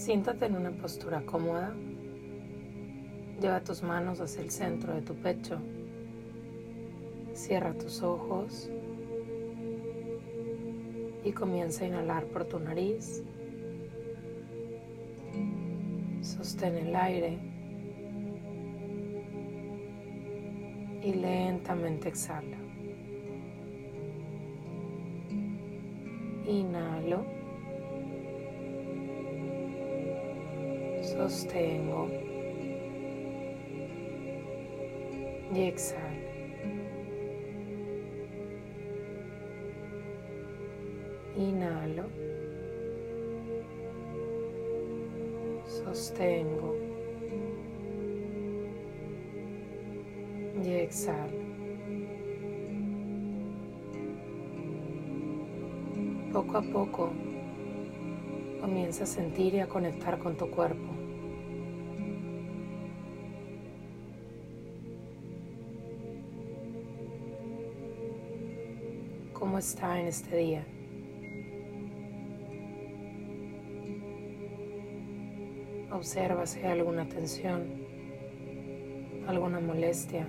Siéntate en una postura cómoda. Lleva tus manos hacia el centro de tu pecho. Cierra tus ojos y comienza a inhalar por tu nariz. Sostén el aire y lentamente exhala. Inhalo. Sostengo y exhalo. Inhalo. Sostengo y exhalo. Poco a poco comienza a sentir y a conectar con tu cuerpo. ¿Cómo está en este día? Observa si hay alguna tensión, alguna molestia.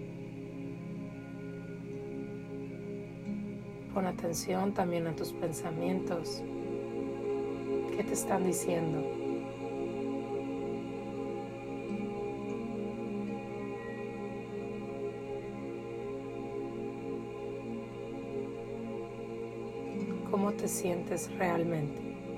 Pon atención también a tus pensamientos. ¿Qué te están diciendo? ¿Cómo te sientes realmente?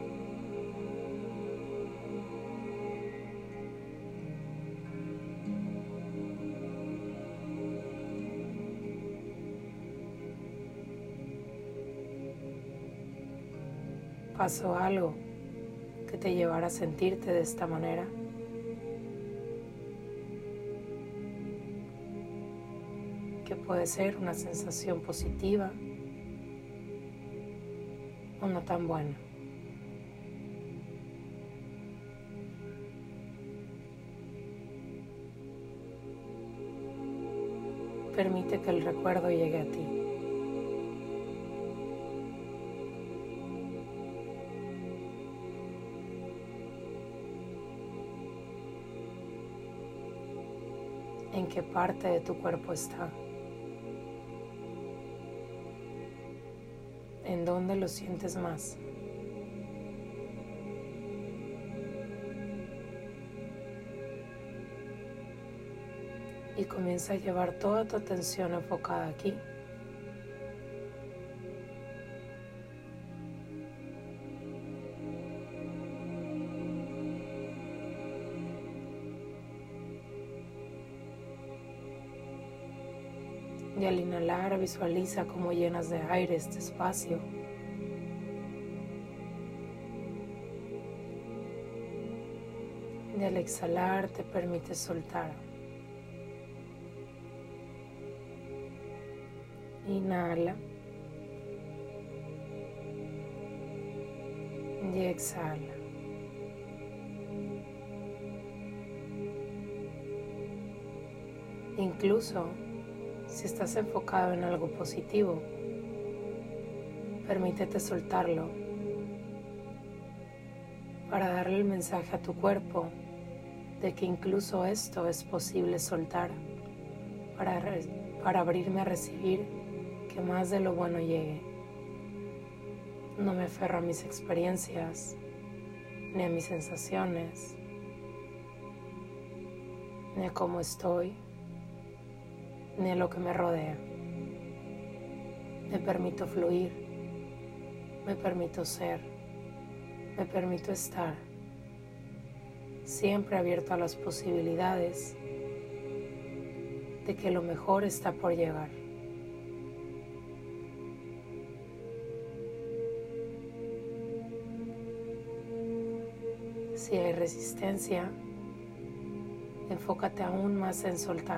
¿Pasó algo que te llevara a sentirte de esta manera? Que puede ser una sensación positiva o no tan buena. Permite que el recuerdo llegue a ti. ¿En qué parte de tu cuerpo está? ¿En dónde lo sientes más? Y comienza a llevar toda tu atención enfocada aquí. Y al inhalar visualiza cómo llenas de aire este espacio. Y al exhalar te permite soltar. Inhala. Y exhala. Incluso si estás enfocado en algo positivo, permítete soltarlo para darle el mensaje a tu cuerpo de que incluso esto es posible soltar para abrirme a recibir que más de lo bueno llegue. No me aferro a mis experiencias, ni a mis sensaciones, ni a cómo estoy, ni a lo que me rodea. Me permito fluir, me permito ser, me permito estar, siempre abierto a las posibilidades de que lo mejor está por llegar. Si hay resistencia, enfócate aún más en soltar.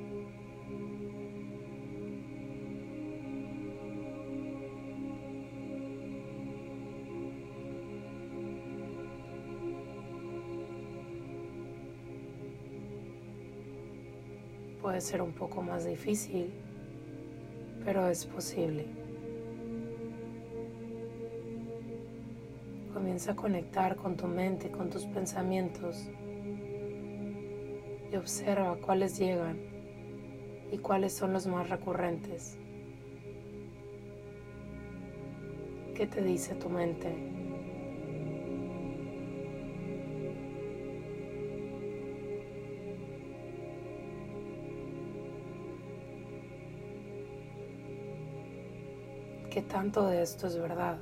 Puede ser un poco más difícil, pero es posible. Comienza a conectar con tu mente, con tus pensamientos y observa cuáles llegan y cuáles son los más recurrentes. ¿Qué te dice tu mente? ¿Qué tanto de esto es verdad?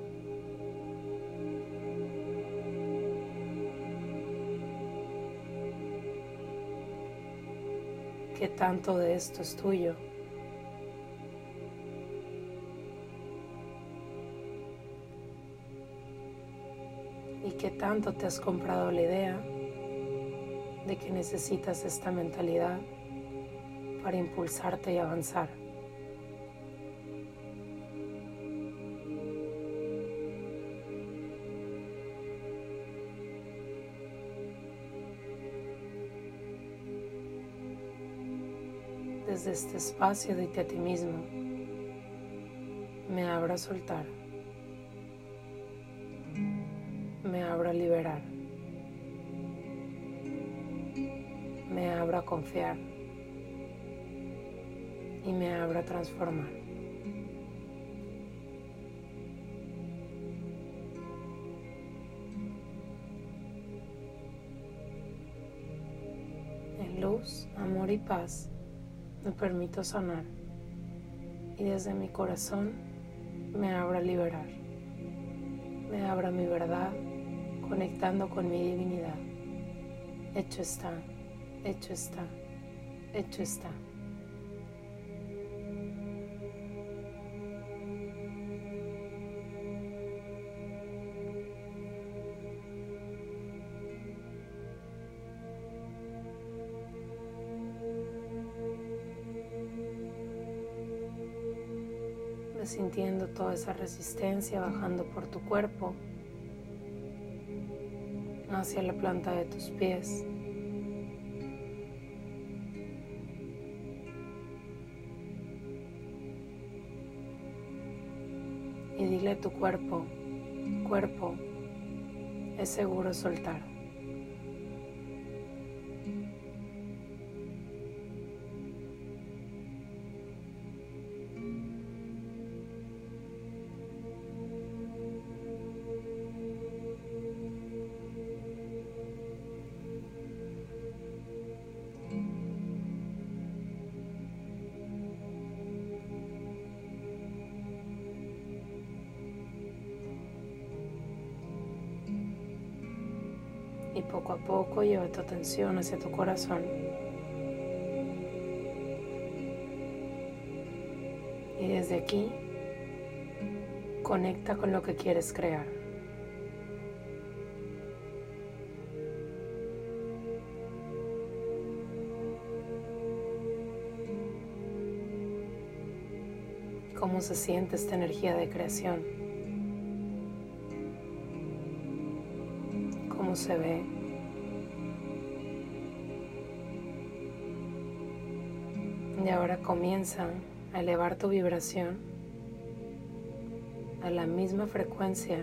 ¿Qué tanto de esto es tuyo? ¿Y qué tanto te has comprado la idea de que necesitas esta mentalidad para impulsarte y avanzar? Desde este espacio dite a ti mismo, me abro a soltar, me abro a liberar, me abro a confiar y me abro a transformar. En luz, amor y paz me permito sanar y desde mi corazón me abro a liberar. Me abro a mi verdad, conectando con mi divinidad. Hecho está, hecho está, hecho está. Sintiendo toda esa resistencia bajando por tu cuerpo hacia la planta de tus pies. Y dile a tu cuerpo, cuerpo, es seguro soltar. Y poco a poco lleva tu atención hacia tu corazón. Y desde aquí, conecta con lo que quieres crear. ¿Cómo se siente esta energía de creación? ¿Cómo se ve? Y ahora comienza a elevar tu vibración a la misma frecuencia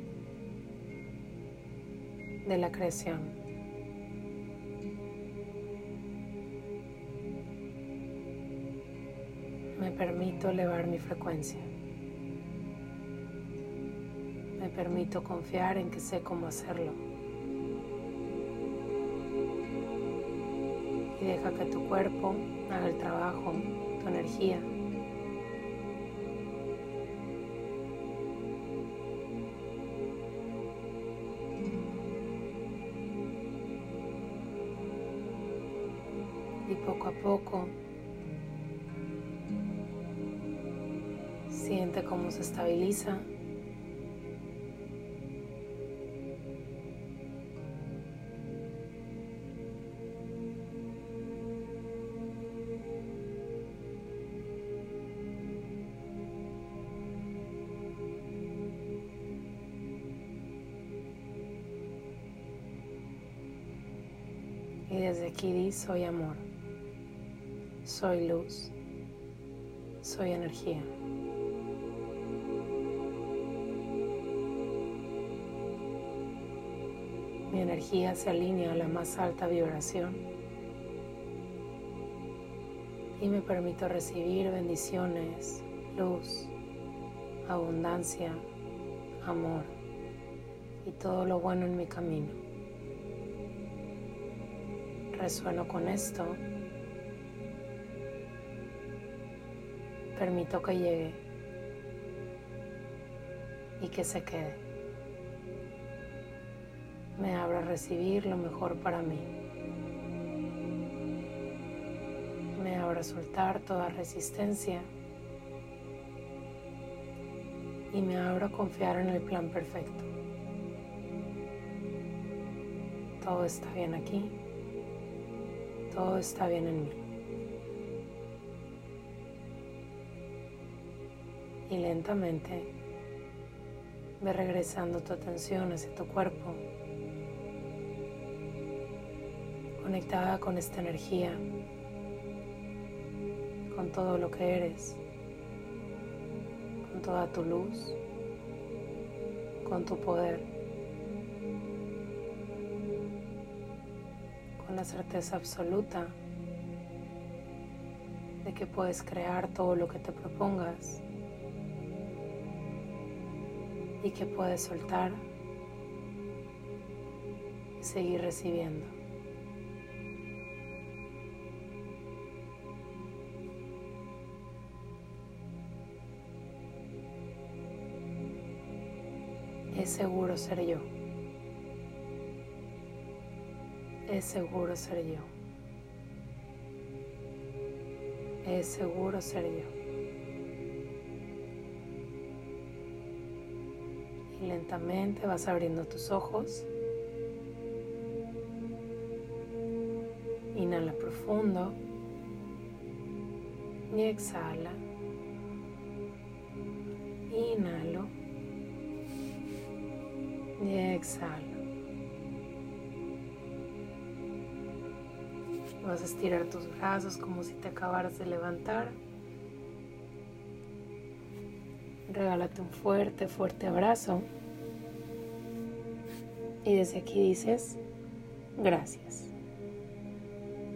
de la creación. Me permito elevar mi frecuencia. Me permito confiar en que sé cómo hacerlo. Y deja que tu cuerpo haga el trabajo, tu energía. Y poco a poco siente cómo se estabiliza. Y desde aquí di, soy amor, soy luz, soy energía. Mi energía se alinea a la más alta vibración y me permito recibir bendiciones, luz, abundancia, amor y todo lo bueno en mi camino. Resueno con esto. Permito que llegue y que se quede. Me abro a recibir lo mejor para mí. Me abro a soltar toda resistencia y me abro a confiar en el plan perfecto. Todo está bien aquí, todo está bien en mí. Y lentamente ve regresando tu atención hacia tu cuerpo, conectada con esta energía, con todo lo que eres, con toda tu luz, con tu poder, con la certeza absoluta de que puedes crear todo lo que te propongas y que puedes soltar y seguir recibiendo. Es seguro ser yo. Es seguro ser yo. Es seguro ser yo. Y lentamente vas abriendo tus ojos. Inhala profundo y exhala. Inhalo y exhalo. Vas a estirar tus brazos como si te acabaras de levantar. Regálate un fuerte, fuerte abrazo. Y desde aquí dices, gracias.